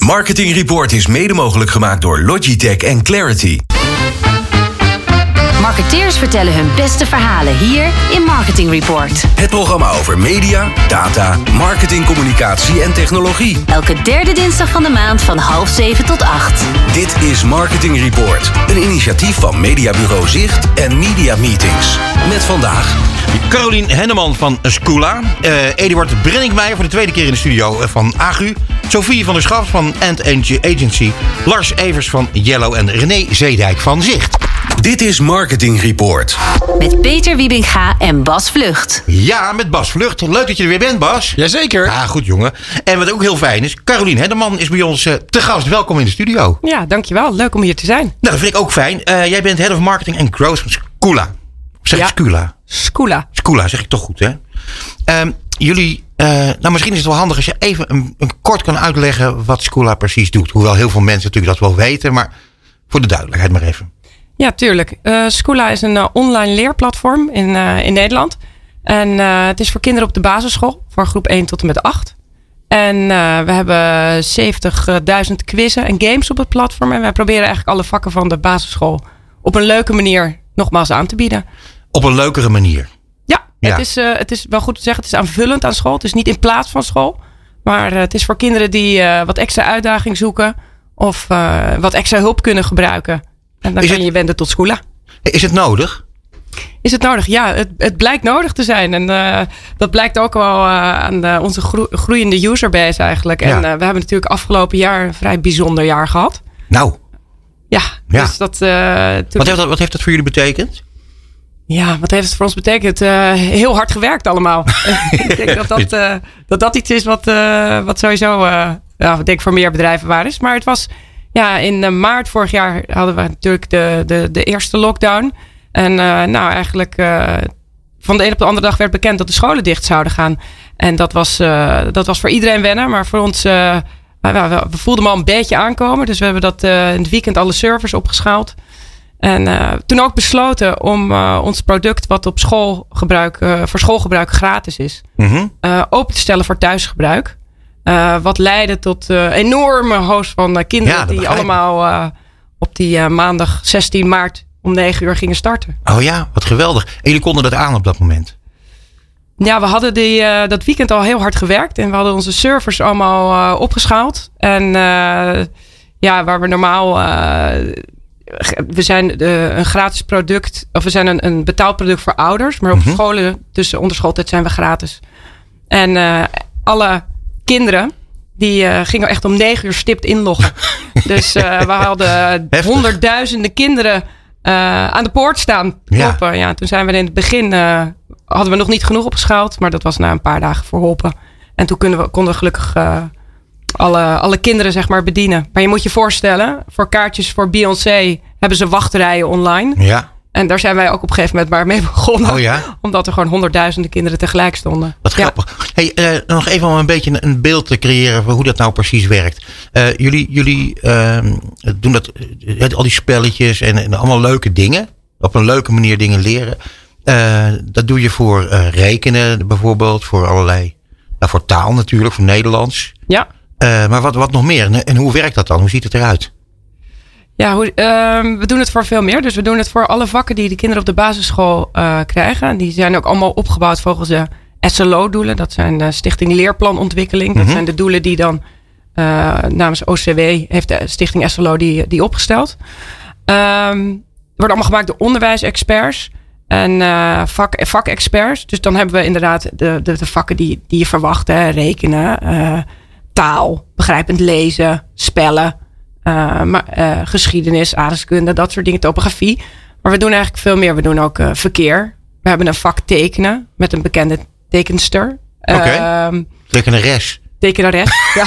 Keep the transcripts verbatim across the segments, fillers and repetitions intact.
Marketing Report is mede mogelijk gemaakt door Logitech en Clarity. Marketeers vertellen hun beste verhalen hier in Marketing Report. Het programma over media, data, marketing, communicatie en technologie. Elke derde dinsdag van de maand van half zeven tot acht. Dit is Marketing Report, een initiatief van Mediabureau Zicht en Media Meetings. Met vandaag Carolien Henneman van Skoola, uh, Eduard Brenningmeijer voor de tweede keer in de studio uh, van A G U, Sophie van der Schaft van Ant Agency, Lars Evers van Yellow en René Zeedijk van Zicht. Dit is Marketing Report. Met Peter Wiebinga en Bas Vlucht. Ja, met Bas Vlucht. Leuk dat je er weer bent, Bas. Jazeker. Ah, goed jongen. En wat ook heel fijn is, Carolien Henneman is bij ons uh, te gast. Welkom in de studio. Ja, dankjewel. Leuk om hier te zijn. Nou, dat vind ik ook fijn. Uh, jij bent Head of Marketing and Growth van Skoola. Zeg ja. je Skoola? Skoola. Skoola, zeg ik toch goed, hè? Um, jullie, uh, nou misschien is het wel handig als je even een, een kort kan uitleggen wat Skoola precies doet. Hoewel heel veel mensen natuurlijk dat wel weten, maar voor de duidelijkheid maar even. Ja, tuurlijk. Uh, Skoola is een uh, online leerplatform in, uh, in Nederland. En uh, het is voor kinderen op de basisschool, voor groep één tot en met acht. En uh, we hebben zeventigduizend quizzen en games op het platform. En wij proberen eigenlijk alle vakken van de basisschool op een leuke manier nogmaals aan te bieden. Op een leukere manier. Ja, ja. Het, is, uh, het is wel goed te zeggen. Het is aanvullend aan school. Het is niet in plaats van school. Maar uh, het is voor kinderen die uh, wat extra uitdaging zoeken. Of uh, wat extra hulp kunnen gebruiken. En dan is kan het, je wenden tot Skoola. Is het nodig? Is het nodig? Ja, het, het blijkt nodig te zijn. En uh, dat blijkt ook wel uh, aan uh, onze gro- groeiende userbase eigenlijk. En ja. uh, we hebben natuurlijk afgelopen jaar een vrij bijzonder jaar gehad. Nou. Ja, ja. dus dat... Uh, wat, heeft dat wat heeft dat voor jullie betekend? Ja, wat heeft het voor ons betekend? Uh, heel hard gewerkt allemaal. Ik denk dat dat, uh, dat dat iets is wat, uh, wat sowieso uh, ja, ik denk voor meer bedrijven waar is. Maar het was... Ja, in uh, maart vorig jaar hadden we natuurlijk de, de, de eerste lockdown. En uh, nou eigenlijk uh, van de een op de andere dag werd bekend dat de scholen dicht zouden gaan. En dat was, uh, dat was voor iedereen wennen. Maar voor ons, uh, we, we voelden hem al een beetje aankomen. Dus we hebben dat uh, in het weekend alle servers opgeschaald. En uh, toen ook besloten om uh, ons product wat op schoolgebruik, uh, voor schoolgebruik gratis is. Mm-hmm. Uh, open te stellen voor thuisgebruik. Uh, wat leidde tot uh, enorme hoos van uh, kinderen ja, die allemaal uh, op die uh, maandag zestien maart om negen uur gingen starten. Oh ja, wat geweldig. En jullie konden dat aan op dat moment? Ja, we hadden die, uh, dat weekend al heel hard gewerkt. En we hadden onze servers allemaal uh, opgeschaald. En uh, ja, waar we normaal... Uh, we zijn uh, een gratis product... Of we zijn een, een betaalproduct voor ouders. Maar op mm-hmm. scholen, tussen onderschooltijd zijn we gratis. En uh, alle... kinderen, die uh, gingen echt om negen uur stipt inloggen. Dus uh, we hadden honderdduizenden kinderen uh, aan de poort staan. Ja. Ja, toen zijn we in het begin, uh, hadden we nog niet genoeg opgeschaald. Maar dat was na een paar dagen verholpen. En toen konden we, konden we gelukkig uh, alle, alle kinderen zeg maar bedienen. Maar je moet je voorstellen, voor kaartjes voor Beyoncé hebben ze wachtrijen online. Ja. En daar zijn wij ook op een gegeven moment maar mee begonnen. Oh ja? Omdat er gewoon honderdduizenden kinderen tegelijk stonden. Wat grappig. Ja. Hey, uh, nog even om een beetje een beeld te creëren van hoe dat nou precies werkt. Uh, jullie jullie uh, doen dat, uh, al die spelletjes en, en allemaal leuke dingen. Op een leuke manier dingen leren. Uh, dat doe je voor uh, rekenen bijvoorbeeld. Voor allerlei, nou, voor taal natuurlijk, voor Nederlands. Ja. Uh, maar wat, wat nog meer? En, en hoe werkt dat dan? Hoe ziet het eruit? Ja, hoe, uh, we doen het voor veel meer. Dus we doen het voor alle vakken die de kinderen op de basisschool uh, krijgen. Die zijn ook allemaal opgebouwd volgens de S L O-doelen. Dat zijn de Stichting Leerplanontwikkeling. Mm-hmm. Dat zijn de doelen die dan uh, namens O C W heeft de Stichting S L O die, die opgesteld. Um, worden allemaal gemaakt door onderwijsexperts en uh, vak, vakexperts. Dus dan hebben we inderdaad de, de, de vakken die, die je verwacht. Hè. Rekenen, uh, taal, begrijpend lezen, spellen. Uh, maar, uh, geschiedenis, aardrijkskunde, dat soort dingen, topografie. Maar we doen eigenlijk veel meer. We doen ook uh, verkeer. We hebben een vak tekenen met een bekende tekenster. Oké, okay. um, tekenares. Tekenares, ja.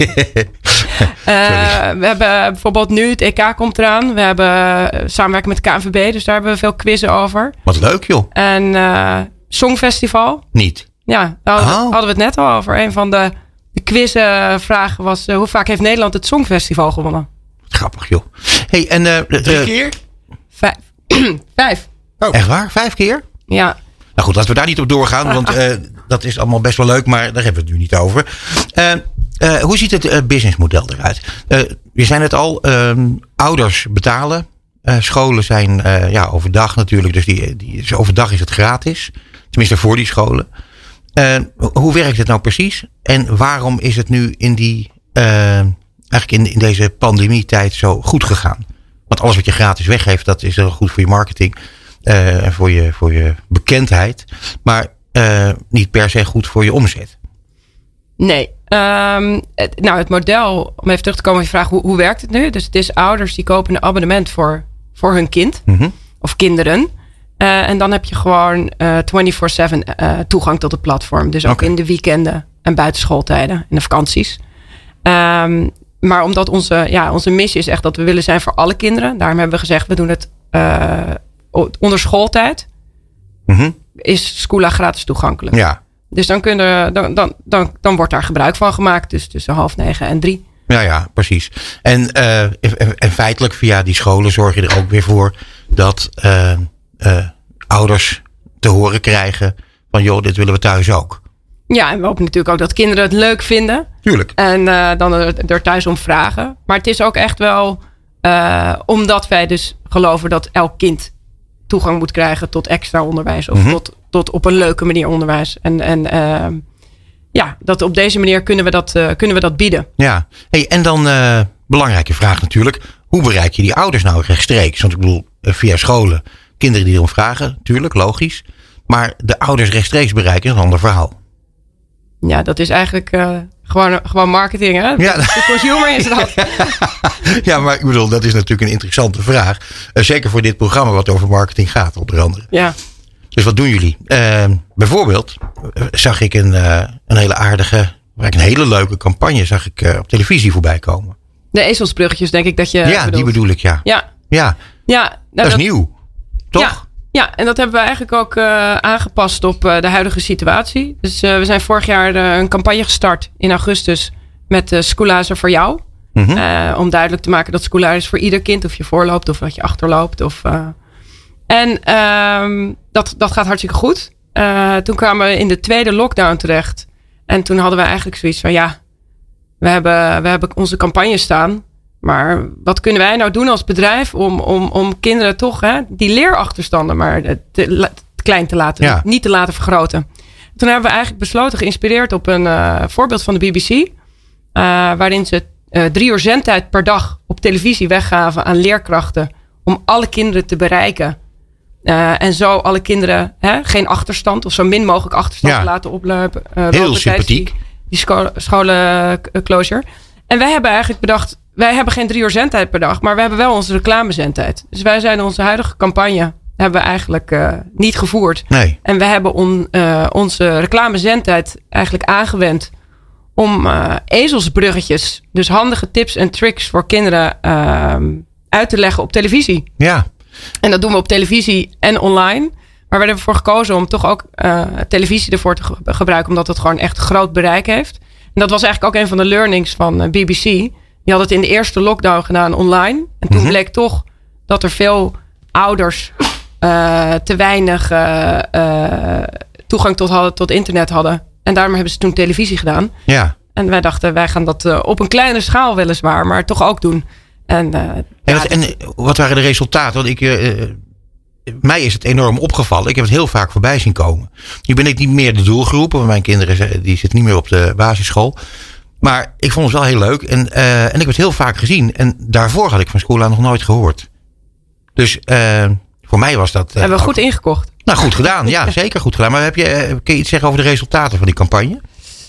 uh, we hebben bijvoorbeeld nu, het E K komt eraan. We hebben uh, samenwerking met K N V B, dus daar hebben we veel quizzen over. Wat leuk joh. En uh, Songfestival. Niet? Ja, daar hadden, oh. hadden we het net al over. Een van de... De quizvraag was, uh, hoe vaak heeft Nederland het Songfestival gewonnen? Grappig joh. Hey, en, uh, Drie uh, keer? Vijf. Vijf. Oh. Echt waar? Vijf keer? Ja. Nou goed, laten we daar niet op doorgaan. Want uh, dat is allemaal best wel leuk. Maar daar hebben we het nu niet over. Uh, Uh, hoe ziet het uh, businessmodel eruit? Uh, je zei het al, uh, ouders betalen. Uh, scholen zijn uh, ja, overdag natuurlijk, dus die, die, dus overdag is het gratis. Tenminste voor die scholen. Uh, hoe werkt het nou precies? En waarom is het nu in die, uh, eigenlijk in, in deze pandemietijd zo goed gegaan? Want alles wat je gratis weggeeft, dat is heel goed voor je marketing. Uh, en voor je, voor je bekendheid. Maar uh, niet per se goed voor je omzet. Nee. Um, het, nou, het model, om even terug te komen op je vraag, hoe, hoe werkt het nu? Dus het is ouders die kopen een abonnement voor, voor hun kind. Mm-hmm. Of kinderen. Uh, en dan heb je gewoon uh, vierentwintig zeven uh, toegang tot het platform. Dus ook okay. in de weekenden en buitenschooltijden. In de vakanties. Um, maar omdat onze, ja, onze missie is echt dat we willen zijn voor alle kinderen. Daarom hebben we gezegd, we doen het uh, onder schooltijd. Mm-hmm. Is Schoola gratis toegankelijk. Ja. Dus dan, kunnen, dan, dan, dan, dan wordt daar gebruik van gemaakt. Dus tussen half negen en drie. Ja, ja, precies. En, uh, en, en feitelijk via die scholen zorg je er ook weer voor dat uh, uh, ouders te horen krijgen van joh, dit willen we thuis ook. Ja, en we hopen natuurlijk ook dat kinderen het leuk vinden. Tuurlijk. En uh, dan er, er thuis om vragen. Maar het is ook echt wel uh, omdat wij dus geloven dat elk kind toegang moet krijgen tot extra onderwijs. Of mm-hmm. tot, tot op een leuke manier onderwijs. En, en uh, ja, dat op deze manier kunnen we dat, uh, kunnen we dat bieden. Ja, hey, en dan uh, belangrijke vraag natuurlijk. Hoe bereik je die ouders nou rechtstreeks? Want ik bedoel, uh, via scholen, kinderen die erom vragen, tuurlijk, logisch. Maar de ouders rechtstreeks bereiken is een ander verhaal. Ja, dat is eigenlijk uh, gewoon, gewoon marketing, hè? Ja. De consumer is dat. Ja, maar ik bedoel, dat is natuurlijk een interessante vraag. Uh, zeker voor dit programma wat over marketing gaat, onder andere. Ja. Dus wat doen jullie? Uh, bijvoorbeeld uh, zag ik een, uh, een hele aardige, een hele leuke campagne zag ik uh, op televisie voorbij komen. De ezelsbruggetjes, denk ik dat je Ja, bedoelt. die bedoel ik, ja. Ja. Ja. ja nou, dat is dat, nieuw, toch? Ja. Ja, en dat hebben we eigenlijk ook uh, aangepast op uh, de huidige situatie. Dus uh, we zijn vorig jaar uh, een campagne gestart in augustus met uh, Schoola is er voor jou. Mm-hmm. Uh, om duidelijk te maken dat Schoola is voor ieder kind. Of je voorloopt of wat je achterloopt. Of, uh... En uh, dat, dat gaat hartstikke goed. Uh, toen kwamen we in de tweede lockdown terecht. En toen hadden we eigenlijk zoiets van ja, we hebben, we hebben onze campagne staan. Maar wat kunnen wij nou doen als bedrijf om, om, om kinderen toch hè, die leerachterstanden maar te, te klein te laten, ja. niet te laten vergroten. Toen hebben we eigenlijk besloten, geïnspireerd op een uh, voorbeeld van de B B C. Uh, waarin ze uh, drie uur zendtijd per dag op televisie weggaven aan leerkrachten om alle kinderen te bereiken. Uh, en zo alle kinderen hè, geen achterstand of zo min mogelijk achterstand ja. laten oplopen. Uh, Heel sympathiek. Die, die scholen, scholen closure. En wij hebben eigenlijk bedacht, wij hebben geen drie uur zendtijd per dag, maar we hebben wel onze reclamezendtijd. Dus wij zijn onze huidige campagne hebben we eigenlijk uh, niet gevoerd. Nee. En we hebben on, uh, onze reclamezendtijd eigenlijk aangewend om uh, ezelsbruggetjes, dus handige tips en tricks voor kinderen uh, uit te leggen op televisie. Ja. En dat doen we op televisie en online. Maar we hebben ervoor gekozen om toch ook uh, televisie ervoor te ge- gebruiken, omdat het gewoon echt groot bereik heeft. En dat was eigenlijk ook een van de learnings van uh, B B C. Die had het in de eerste lockdown gedaan online. En toen mm-hmm. bleek toch dat er veel ouders uh, te weinig uh, uh, toegang tot, hadden, tot internet hadden. En daarom hebben ze toen televisie gedaan. Ja. En wij dachten, wij gaan dat uh, op een kleine schaal weliswaar, maar toch ook doen. En, uh, en, ja, wat, en wat waren de resultaten? Want ik, uh, mij is het enorm opgevallen. Ik heb het heel vaak voorbij zien komen. Nu ben ik niet meer de doelgroep. Want mijn kinderen die zitten niet meer op de basisschool. Maar ik vond het wel heel leuk. En, uh, en ik heb het heel vaak gezien. En daarvoor had ik van Schoola nog nooit gehoord. Dus uh, voor mij was dat... Uh, hebben we goed ook ingekocht. Nou, goed gedaan. Ja, zeker goed gedaan. Maar heb je, uh, kun je iets zeggen over de resultaten van die campagne?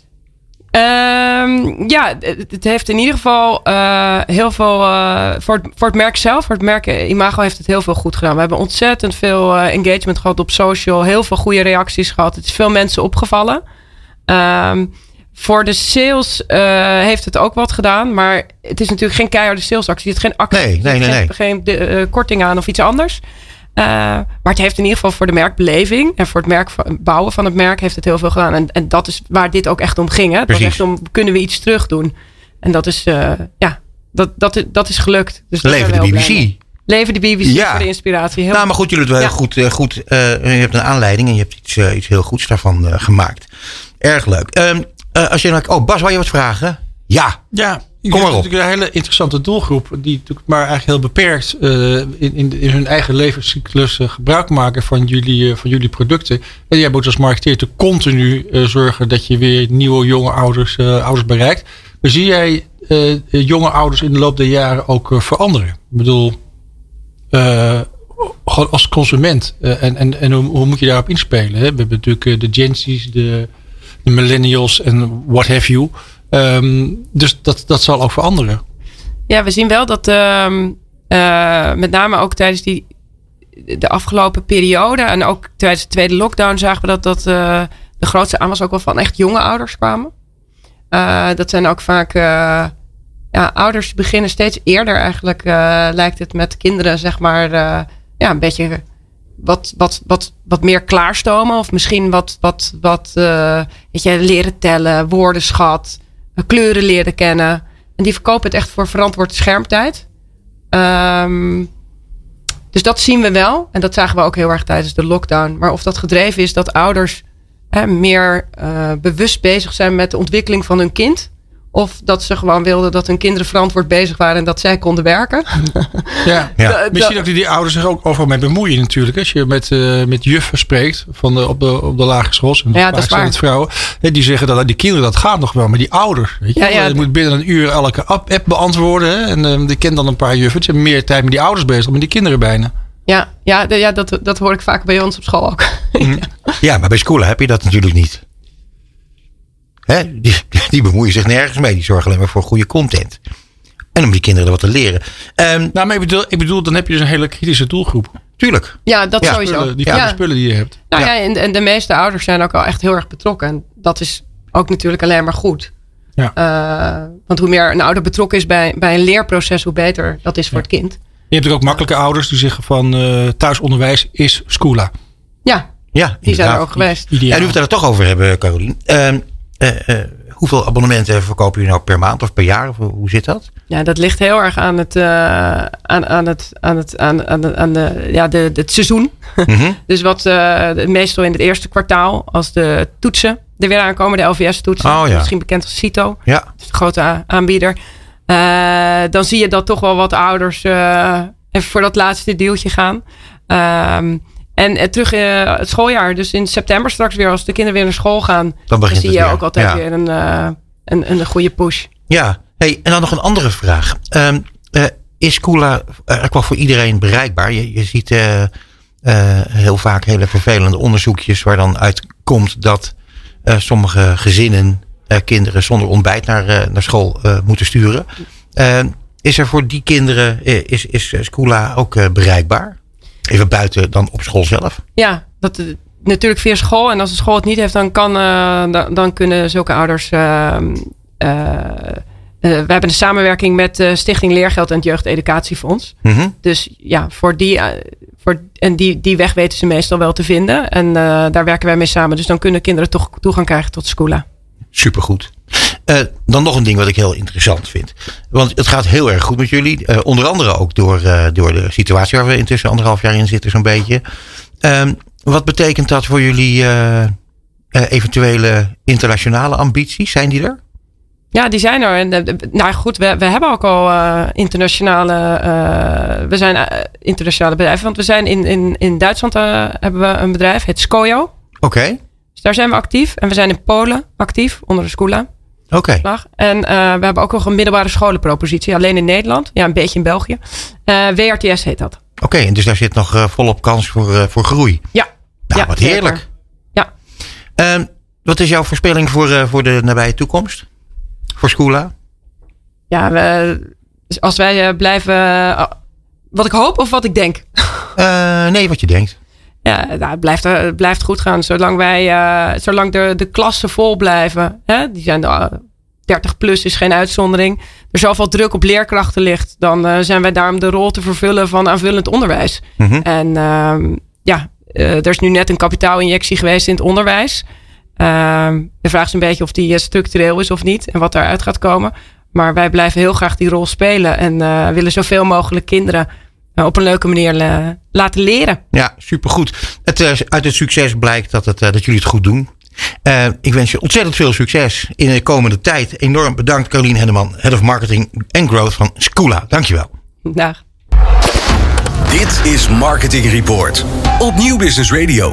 Um, ja, het, het heeft in ieder geval uh, heel veel... Uh, voor, het, voor het merk zelf, voor het merk Imago heeft het heel veel goed gedaan. We hebben ontzettend veel uh, engagement gehad op social. Heel veel goede reacties gehad. Het is veel mensen opgevallen. Um, voor de sales uh, heeft het ook wat gedaan. Maar het is natuurlijk geen keiharde salesactie. Het is geen actie. Nee, nee, nee. Geen, nee. geen de, uh, korting aan of iets anders. Uh, maar het heeft in ieder geval voor de merkbeleving en voor het merk, bouwen van het merk heeft het heel veel gedaan. En, en dat is waar dit ook echt om ging. Hè? Het was echt om, kunnen we iets terug doen? En dat is, uh, ja, dat, dat, dat is gelukt. Dus leven de B B C. Leven de B B C ja. voor de inspiratie. Heel nou, maar goed, jullie hebben het wel ja. goed. goed uh, je hebt een aanleiding en je hebt iets, uh, iets heel goeds daarvan uh, gemaakt. Erg leuk. Um, uh, als je nou, oh, Bas, wou je wat vragen? Ja, Ja, kom maar op. natuurlijk een hele interessante doelgroep. Die natuurlijk maar eigenlijk heel beperkt uh, in, in, in hun eigen levenscyclus uh, gebruik maken van jullie, uh, van jullie producten. En jij moet als marketeer te continu uh, zorgen dat je weer nieuwe jonge ouders, uh, ouders bereikt. Maar zie jij uh, jonge ouders in de loop der jaren ook uh, veranderen? Ik bedoel, uh, gewoon als consument. Uh, en en, en hoe, hoe moet je daarop inspelen? Hè? We hebben natuurlijk uh, de Gen Z's, de, de millennials en what have you. Um, dus dat, dat zal ook veranderen. Ja, we zien wel dat um, uh, met name ook tijdens die de afgelopen periode en ook tijdens de tweede lockdown zagen we dat, dat uh, de grootste aanwas ook wel van echt jonge ouders kwamen. Uh, dat zijn ook vaak uh, ja, ouders beginnen steeds eerder eigenlijk uh, lijkt het met kinderen zeg maar uh, ja, een beetje wat, wat, wat, wat meer klaarstomen of misschien wat, wat, wat uh, weet je, leren tellen, woordenschat, kleuren leren kennen. En die verkopen het echt voor verantwoord schermtijd. Um, dus dat zien we wel. En dat zagen we ook heel erg tijdens de lockdown. Maar of dat gedreven is dat ouders hè, meer uh, bewust bezig zijn met de ontwikkeling van hun kind. Of dat ze gewoon wilden dat hun kinderen verantwoord bezig waren en dat zij konden werken. Ja, ja. Misschien ook die, die ouders zich ook overal mee bemoeien natuurlijk. Als je met, uh, met juffen spreekt van de, op, de, op de lagere school. En ja, dat is waar. Met vrouwen, die zeggen dat die kinderen dat gaat nog wel. Maar die ouders, weet je, ja, ja, je moet binnen een uur elke app, app beantwoorden. Hè, en uh, die kent dan een paar juffen. Ze hebben meer tijd met die ouders bezig dan met die kinderen bijna. Ja, ja, de, ja dat, dat hoor ik vaak bij ons op school ook. Mm. Ja, maar bij scholen heb je dat natuurlijk niet. He, die, die bemoeien zich nergens mee. Die zorgen alleen maar voor goede content. En om die kinderen wat te leren. Um, nou, maar ik bedoel, ik bedoel, dan heb je dus een hele kritische doelgroep. Tuurlijk. Ja, dat ja, sowieso. Spullen, die ja. spullen die je hebt. Nou ja, ja, en, en de meeste ouders zijn ook al echt heel erg betrokken. En dat is ook natuurlijk alleen maar goed. Ja. Uh, want hoe meer een ouder betrokken is bij, bij een leerproces, hoe beter dat is voor ja. het kind. Je hebt natuurlijk ook makkelijke ouders die zeggen van uh, thuisonderwijs is schoola. Ja, ja die zijn er ook geweest. Ideaal. En nu we het er toch over hebben, Carolien. Uh, uh, uh, hoeveel abonnementen verkopen jullie nou per maand of per jaar? Of hoe zit dat? Ja, dat ligt heel erg aan het, uh, aan, aan het, aan het, aan, aan de, aan de, ja, de, de, het seizoen. Mm-hmm. Dus wat uh, meestal in het eerste kwartaal, als de toetsen er weer aankomen, de L V S-toetsen, oh, ja. misschien bekend als CITO, ja. dat is de grote a- aanbieder. Uh, dan zie je dat toch wel wat ouders uh, even voor dat laatste deeltje gaan. Um, En uh, terug in uh, het schooljaar, dus in september straks weer, als de kinderen weer naar school gaan, dan, dan zie je weer. ook altijd ja. weer een, uh, een, een goede push. Ja, hey, en dan nog een andere vraag. Um, uh, is Schoola eigenlijk wel voor iedereen bereikbaar? Je, je ziet uh, uh, heel vaak hele vervelende onderzoekjes waar dan uitkomt dat uh, sommige gezinnen uh, kinderen zonder ontbijt naar, uh, naar school uh, moeten sturen. Uh, is er voor die kinderen, uh, is, is Schoola ook uh, bereikbaar? Even buiten dan op school zelf? Ja, dat uh, natuurlijk via school. En als de school het niet heeft, dan, kan, uh, dan, dan kunnen zulke ouders... Uh, uh, uh, we hebben een samenwerking met uh, Stichting Leergeld en het Jeugdeducatiefonds. Mm-hmm. Dus ja, voor die, uh, voor, en die, die weg weten ze meestal wel te vinden. En uh, daar werken wij mee samen. Dus dan kunnen kinderen toch toegang krijgen tot Schoola. Supergoed. Uh, dan nog een ding wat ik heel interessant vind. Want het gaat heel erg goed met jullie. Uh, onder andere ook door, uh, door de situatie waar we intussen anderhalf jaar in zitten zo'n beetje. Um, wat betekent dat voor jullie uh, uh, eventuele internationale ambities? Zijn die er? Ja, die zijn er. En, uh, nou goed, we, we hebben ook al uh, internationale, uh, we zijn uh, internationale bedrijven. Want we zijn in, in, in Duitsland uh, hebben we een bedrijf, het Skojo. Oké. Okay. Dus daar zijn we actief. En we zijn in Polen actief, onder de Schoola. Oké. Okay. En uh, we hebben ook nog een middelbare scholenpropositie. Alleen in Nederland. Ja, een beetje in België. Uh, W R T S heet dat. Oké, okay, en dus daar zit nog uh, volop kans voor, uh, voor groei. Ja. Nou, ja, wat heerlijk. Zeker. Ja. Uh, wat is jouw voorspelling voor, uh, voor de nabije toekomst? Voor Schoola? Ja, we, dus als wij uh, blijven... Uh, wat ik hoop of wat ik denk? Uh, nee, wat je denkt. Ja, nou, het, blijft, het blijft goed gaan. Zolang wij, uh, zolang de, de klassen vol blijven. Hè, die zijn uh, dertig plus is geen uitzondering. Er zoveel druk op leerkrachten ligt. Dan uh, zijn wij daar om de rol te vervullen van aanvullend onderwijs. Mm-hmm. En uh, ja, uh, er is nu net een kapitaalinjectie geweest in het onderwijs. Uh, de vraag is een beetje of die uh, structureel is of niet. En wat daaruit gaat komen. Maar wij blijven heel graag die rol spelen. En uh, willen zoveel mogelijk kinderen op een leuke manier uh, laten leren. Ja, supergoed. Het, uh, uit het succes blijkt dat, het, uh, dat jullie het goed doen. Uh, ik wens je ontzettend veel succes in de komende tijd. Enorm bedankt Carolien Henneman, Head of Marketing en Growth van Schoola. Dankjewel. Dag. Dit is Marketing Report op Nieuw Business Radio.